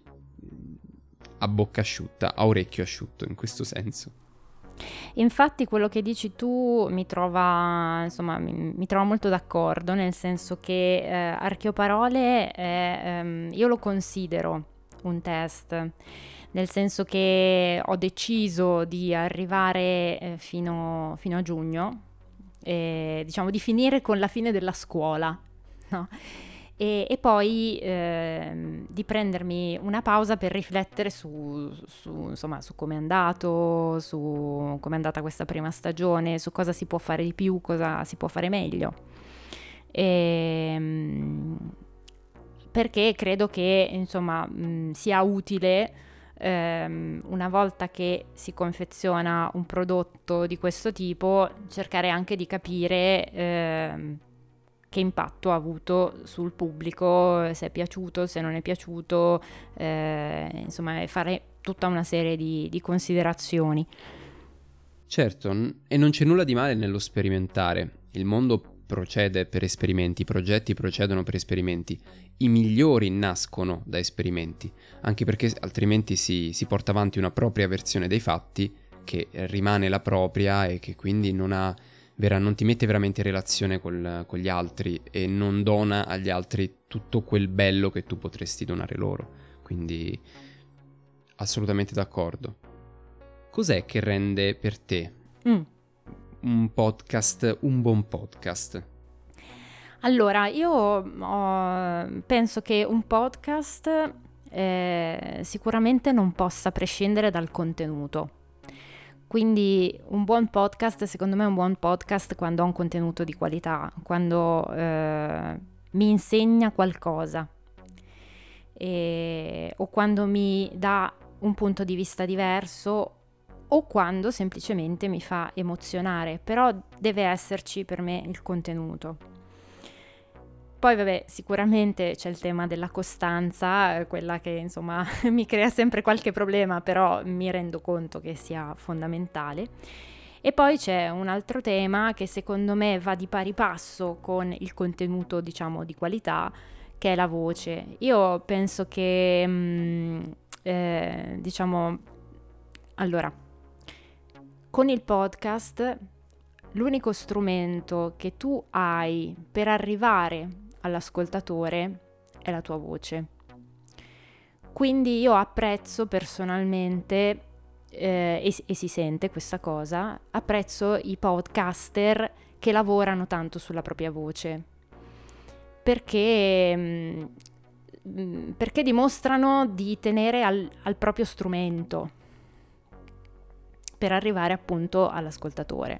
a bocca asciutta, a orecchio asciutto, in questo senso. Infatti quello che dici tu mi trova, insomma, mi, mi trova molto d'accordo, nel senso che eh, Archioparole è, ehm, io lo considero un test, nel senso che ho deciso di arrivare eh, fino, fino a giugno, e, diciamo di finire con la fine della scuola, no? E, e poi eh, di prendermi una pausa per riflettere su, su, insomma, su come è andato, su come è andata questa prima stagione, su cosa si può fare di più, cosa si può fare meglio. E, perché credo che insomma mh, sia utile ehm, una volta che si confeziona un prodotto di questo tipo cercare anche di capire ehm, che impatto ha avuto sul pubblico, se è piaciuto, se non è piaciuto, eh, insomma fare tutta una serie di, di considerazioni. Certo, n- e non c'è nulla di male nello sperimentare. Il mondo procede per esperimenti, i progetti procedono per esperimenti. I migliori nascono da esperimenti, anche perché altrimenti si, si porta avanti una propria versione dei fatti che rimane la propria e che quindi non ha vera, non ti mette veramente in relazione col, con gli altri e non dona agli altri tutto quel bello che tu potresti donare loro. Quindi assolutamente d'accordo. Cos'è che rende per te Mm. un podcast un buon podcast? Allora, io ho- penso che un podcast eh, sicuramente non possa prescindere dal contenuto. Quindi un buon podcast, secondo me è un buon podcast quando ha un contenuto di qualità, quando eh, mi insegna qualcosa e, o quando mi dà un punto di vista diverso o quando semplicemente mi fa emozionare, però deve esserci per me il contenuto. Poi vabbè, sicuramente c'è il tema della costanza, quella che insomma mi crea sempre qualche problema, però mi rendo conto che sia fondamentale. E poi c'è un altro tema che secondo me va di pari passo con il contenuto, diciamo, di qualità, che è la voce. Io penso che, mh, eh, diciamo, allora, con il podcast l'unico strumento che tu hai per arrivare all'ascoltatore è la tua voce. Quindi io apprezzo personalmente, eh, e, e si sente questa cosa, apprezzo i podcaster che lavorano tanto sulla propria voce, perché, mh, perché dimostrano di tenere al, al proprio strumento per arrivare appunto all'ascoltatore.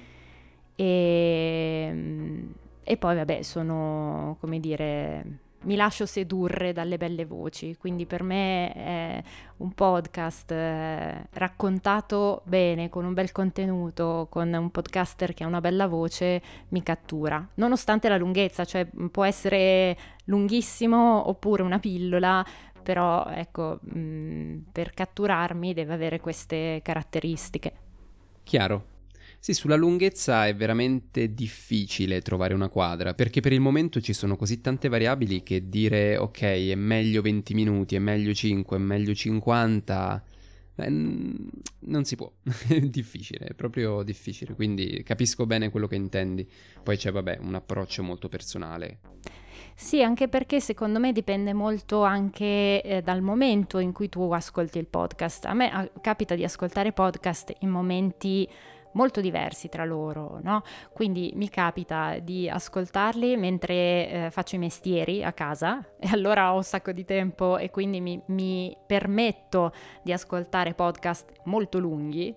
E, e poi vabbè, sono, come dire, mi lascio sedurre dalle belle voci, quindi per me è un podcast eh, raccontato bene, con un bel contenuto, con un podcaster che ha una bella voce, mi cattura, nonostante la lunghezza, cioè può essere lunghissimo oppure una pillola, però ecco, mh, per catturarmi deve avere queste caratteristiche. Chiaro. Sì, sulla lunghezza è veramente difficile trovare una quadra, perché per il momento ci sono così tante variabili che dire ok, è meglio venti minuti, è meglio cinque, è meglio cinquanta, eh, non si può, è difficile, è proprio difficile, quindi capisco bene quello che intendi. Poi c'è, vabbè, un approccio molto personale. Sì, anche perché secondo me dipende molto anche eh, dal momento in cui tu ascolti il podcast. A me a, capita di ascoltare podcast in momenti molto diversi tra loro, no? Quindi mi capita di ascoltarli mentre eh, faccio i mestieri a casa e allora ho un sacco di tempo e quindi mi, mi permetto di ascoltare podcast molto lunghi,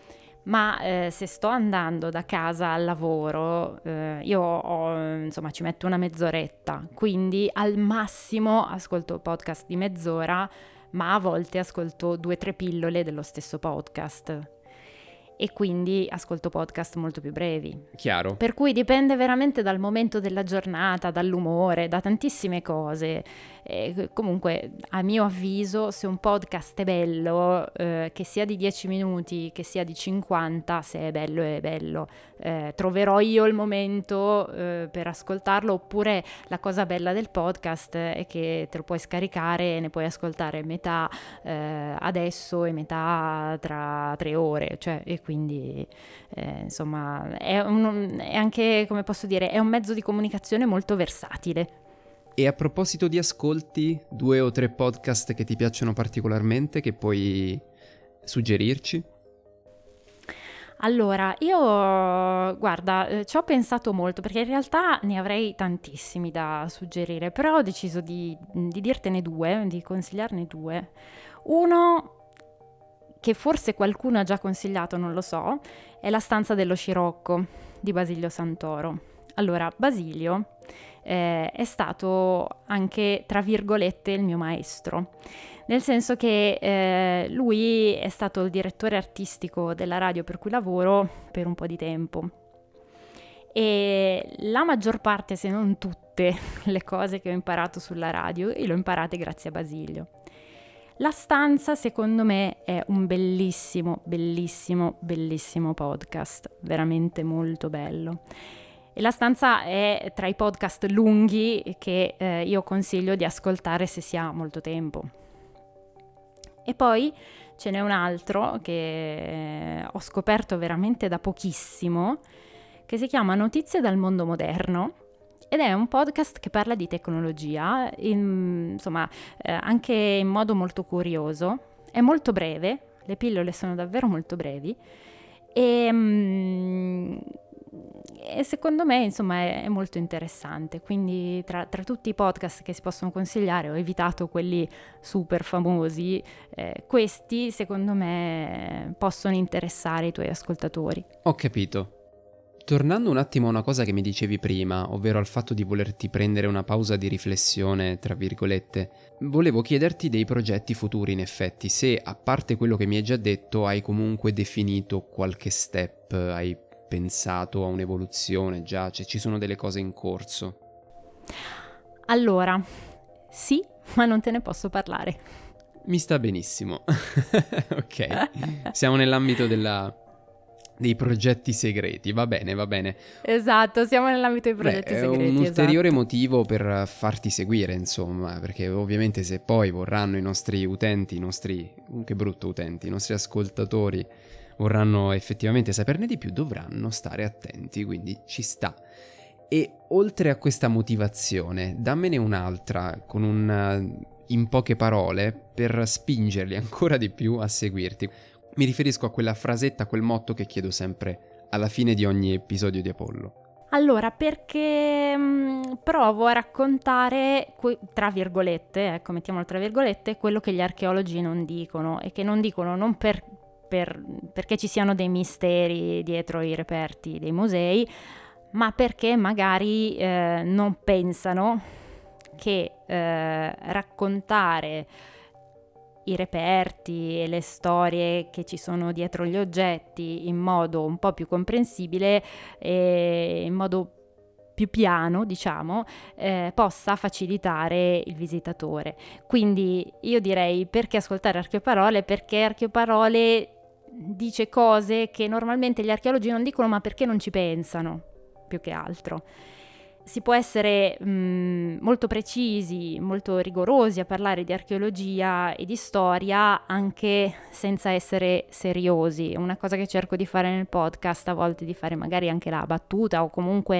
ma eh, se sto andando da casa al lavoro eh, io ho, insomma, ci metto una mezz'oretta, quindi al massimo ascolto podcast di mezz'ora, ma a volte ascolto due o tre pillole dello stesso podcast. E quindi ascolto podcast molto più brevi. Chiaro. Per cui dipende veramente dal momento della giornata, dall'umore, da tantissime cose. E comunque, a mio avviso, se un podcast è bello, eh, che sia di dieci minuti, che sia di cinquanta, se è bello è bello. Eh, troverò io il momento eh, per ascoltarlo, oppure la cosa bella del podcast è che te lo puoi scaricare e ne puoi ascoltare metà eh, adesso e metà tra tre ore, cioè, e quindi eh, insomma è, un, è anche, come posso dire, è un mezzo di comunicazione molto versatile. E a proposito di ascolti, due o tre podcast che ti piacciono particolarmente, che puoi suggerirci? Allora, io, guarda, eh, ci ho pensato molto, perché in realtà ne avrei tantissimi da suggerire, però ho deciso di, di dirtene due, di consigliarne due. Uno che forse qualcuno ha già consigliato, non lo so, è La stanza dello scirocco di Basilio Santoro. Allora, Basilio eh, è stato anche, tra virgolette, il mio maestro, nel senso che eh, lui è stato il direttore artistico della radio per cui lavoro per un po' di tempo, e la maggior parte, se non tutte, le cose che ho imparato sulla radio, io le ho imparate grazie a Basilio. La stanza, secondo me, è un bellissimo, bellissimo, bellissimo podcast, veramente molto bello. E La stanza è tra i podcast lunghi che eh, io consiglio di ascoltare se si ha molto tempo. E poi ce n'è un altro che ho scoperto veramente da pochissimo, che si chiama Notizie dal mondo moderno, ed è un podcast che parla di tecnologia, in, insomma, eh, anche in modo molto curioso. È molto breve, le pillole sono davvero molto brevi, e, mm, e secondo me insomma è, è molto interessante, quindi tra, tra tutti i podcast che si possono consigliare ho evitato quelli super famosi, eh, questi secondo me possono interessare i tuoi ascoltatori. Ho capito. Tornando un attimo a una cosa che mi dicevi prima, ovvero al fatto di volerti prendere una pausa di riflessione, tra virgolette, volevo chiederti dei progetti futuri in effetti, se a parte quello che mi hai già detto hai comunque definito qualche step, hai pensato a un'evoluzione già, cioè ci sono delle cose in corso. Allora, sì, ma non te ne posso parlare. Mi sta benissimo. Ok, siamo nell'ambito della... dei progetti segreti, va bene, va bene. Esatto, siamo nell'ambito dei progetti Beh, segreti. È un ulteriore esatto. motivo per farti seguire, insomma, perché ovviamente se poi vorranno i nostri utenti, i nostri, che brutto utenti, i nostri ascoltatori vorranno effettivamente saperne di più, dovranno stare attenti, quindi ci sta. E oltre a questa motivazione, dammene un'altra con un, in poche parole, per spingerli ancora di più a seguirti. Mi riferisco a quella frasetta, a quel motto che chiedo sempre alla fine di ogni episodio di Apollo. Allora, perché mh, provo a raccontare, que- tra virgolette, ecco, mettiamolo tra virgolette, quello che gli archeologi non dicono, e che non dicono non per, per, perché ci siano dei misteri dietro i reperti dei musei, ma perché magari eh, non pensano che eh, raccontare i reperti e le storie che ci sono dietro gli oggetti in modo un po' più comprensibile e in modo più piano, diciamo, eh, possa facilitare il visitatore. Quindi io direi, perché ascoltare Archeoparole? Perché Archeoparole dice cose che normalmente gli archeologi non dicono, ma perché non ci pensano, più che altro. Si può essere mh, molto precisi, molto rigorosi a parlare di archeologia e di storia anche senza essere seriosi. Una cosa che cerco di fare nel podcast a volte, di fare magari anche la battuta o comunque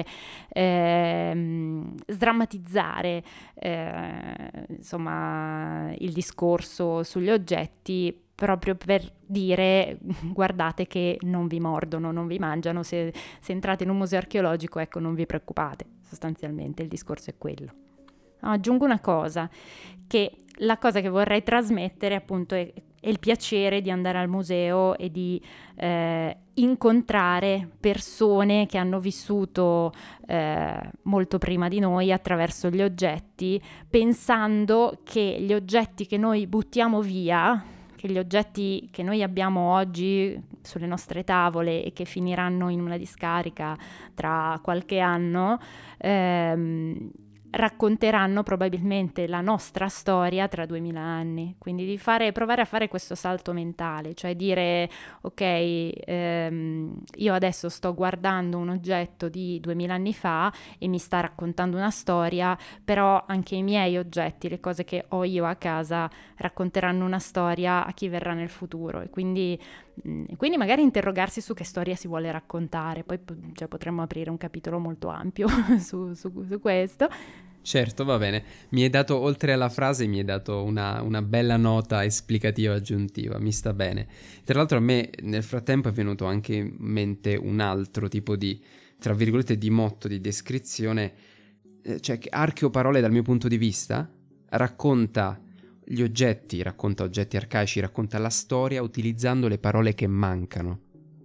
ehm, sdrammatizzare eh, insomma il discorso sugli oggetti, proprio per dire guardate che non vi mordono, non vi mangiano, se, se entrate in un museo archeologico, ecco, non vi preoccupate, sostanzialmente il discorso è quello. Aggiungo una cosa, che la cosa che vorrei trasmettere appunto è, è il piacere di andare al museo e di eh, incontrare persone che hanno vissuto eh, molto prima di noi attraverso gli oggetti, pensando che gli oggetti che noi buttiamo via, che gli oggetti che noi abbiamo oggi sulle nostre tavole e che finiranno in una discarica tra qualche anno, ehm, racconteranno probabilmente la nostra storia tra duemila anni. Quindi di fare, provare a fare questo salto mentale, cioè dire ok, ehm, io adesso sto guardando un oggetto di duemila anni fa e mi sta raccontando una storia, però anche i miei oggetti, le cose che ho io a casa, racconteranno una storia a chi verrà nel futuro. E quindi, quindi magari interrogarsi su che storia si vuole raccontare. Poi cioè, potremmo aprire un capitolo molto ampio su, su, su questo. Certo, va bene. Mi hai dato, oltre alla frase, mi hai dato una, una bella nota esplicativa aggiuntiva, mi sta bene. Tra l'altro a me nel frattempo è venuto anche in mente un altro tipo di, tra virgolette, di motto, di descrizione, eh, cioè che Archeoparole dal mio punto di vista racconta gli oggetti, racconta oggetti arcaici, racconta la storia utilizzando le parole che mancano.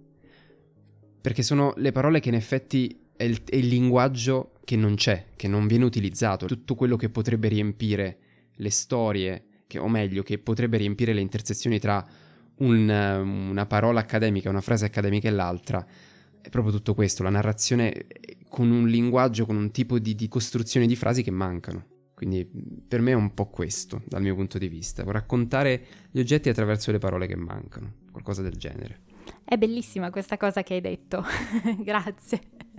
Perché sono le parole che in effetti è il, è il linguaggio che non c'è, che non viene utilizzato, tutto quello che potrebbe riempire le storie, che, o meglio, che potrebbe riempire le intersezioni tra un, una parola accademica, una frase accademica e l'altra, è proprio tutto questo, la narrazione con un linguaggio, con un tipo di, di costruzione di frasi che mancano. Quindi per me è un po' questo, dal mio punto di vista, raccontare gli oggetti attraverso le parole che mancano, qualcosa del genere. È bellissima questa cosa che hai detto, grazie.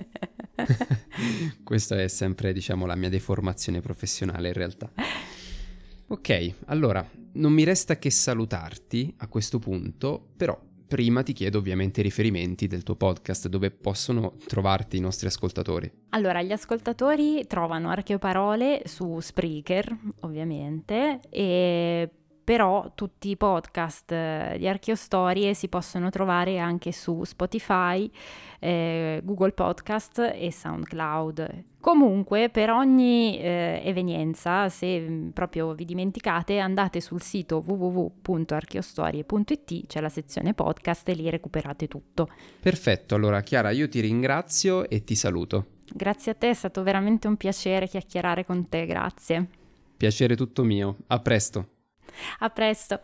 Questa è sempre, diciamo, la mia deformazione professionale in realtà. Ok, allora, non mi resta che salutarti a questo punto, però prima ti chiedo ovviamente i riferimenti del tuo podcast, dove possono trovarti i nostri ascoltatori. Allora, gli ascoltatori trovano Archeoparole su Spreaker, ovviamente, e però tutti i podcast eh, di Archeostorie si possono trovare anche su Spotify, eh, Google Podcast e SoundCloud. Comunque, per ogni eh, evenienza, se mh, proprio vi dimenticate, andate sul sito w w w punto archeostorie punto i t, c'è la sezione podcast e lì recuperate tutto. Perfetto, allora Chiara, io ti ringrazio e ti saluto. Grazie a te, è stato veramente un piacere chiacchierare con te, grazie. Piacere tutto mio, a presto. A presto.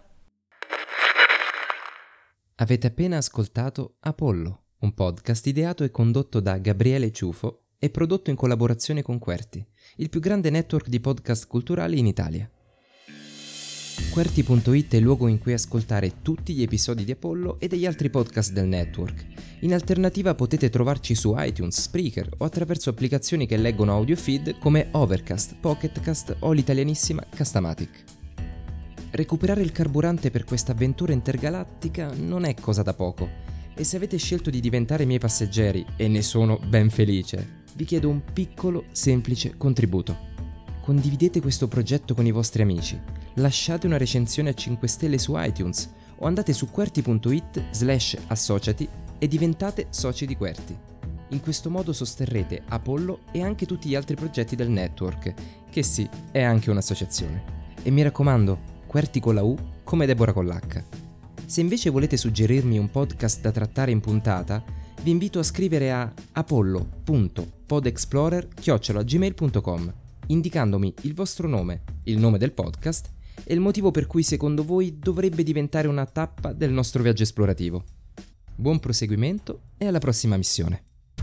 Avete appena ascoltato Apollo, un podcast ideato e condotto da Gabriele Ciufo e prodotto in collaborazione con Querti, il più grande network di podcast culturali in Italia. Querti punto it è il luogo in cui ascoltare tutti gli episodi di Apollo e degli altri podcast del network. In alternativa potete trovarci su iTunes, Spreaker o attraverso applicazioni che leggono audio feed come Overcast, Pocketcast o l'italianissima Castamatic. Recuperare il carburante per questa avventura intergalattica non è cosa da poco, e se avete scelto di diventare miei passeggeri, e ne sono ben felice, vi chiedo un piccolo, semplice contributo. Condividete questo progetto con i vostri amici, lasciate una recensione a cinque stelle su iTunes o andate su querti punto it slash associati e diventate soci di Querti. In questo modo sosterrete Apollo e anche tutti gli altri progetti del network, che sì, è anche un'associazione. E mi raccomando, Querti con la U come Deborah con l'H. Se invece volete suggerirmi un podcast da trattare in puntata, vi invito a scrivere a apollo punto podexplorer chiocciola gmail punto com, indicandomi il vostro nome, il nome del podcast e il motivo per cui secondo voi dovrebbe diventare una tappa del nostro viaggio esplorativo. Buon proseguimento e alla prossima missione.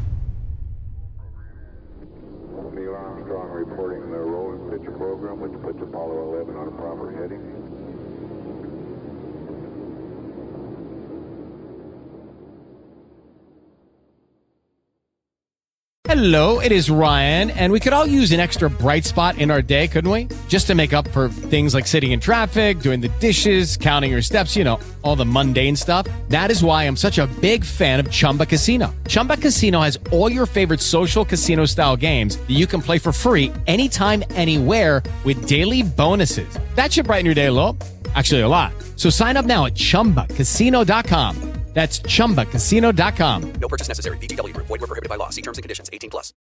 Neil Armstrong reporting the roll and pitch program, which puts Apollo eleven on a proper heading. Hello, it is Ryan, and we could all use an extra bright spot in our day, couldn't we? Just to make up for things like sitting in traffic, doing the dishes, counting your steps, you know, all the mundane stuff. That is why I'm such a big fan of Chumba Casino. Chumba Casino has all your favorite social casino-style games that you can play for free anytime, anywhere with daily bonuses. That should brighten your day a little. Actually, a lot. So sign up now at chumba casino dot com. That's chumba casino dot com. No purchase necessary. V G W Group. Void where prohibited by law. See terms and conditions. eighteen plus.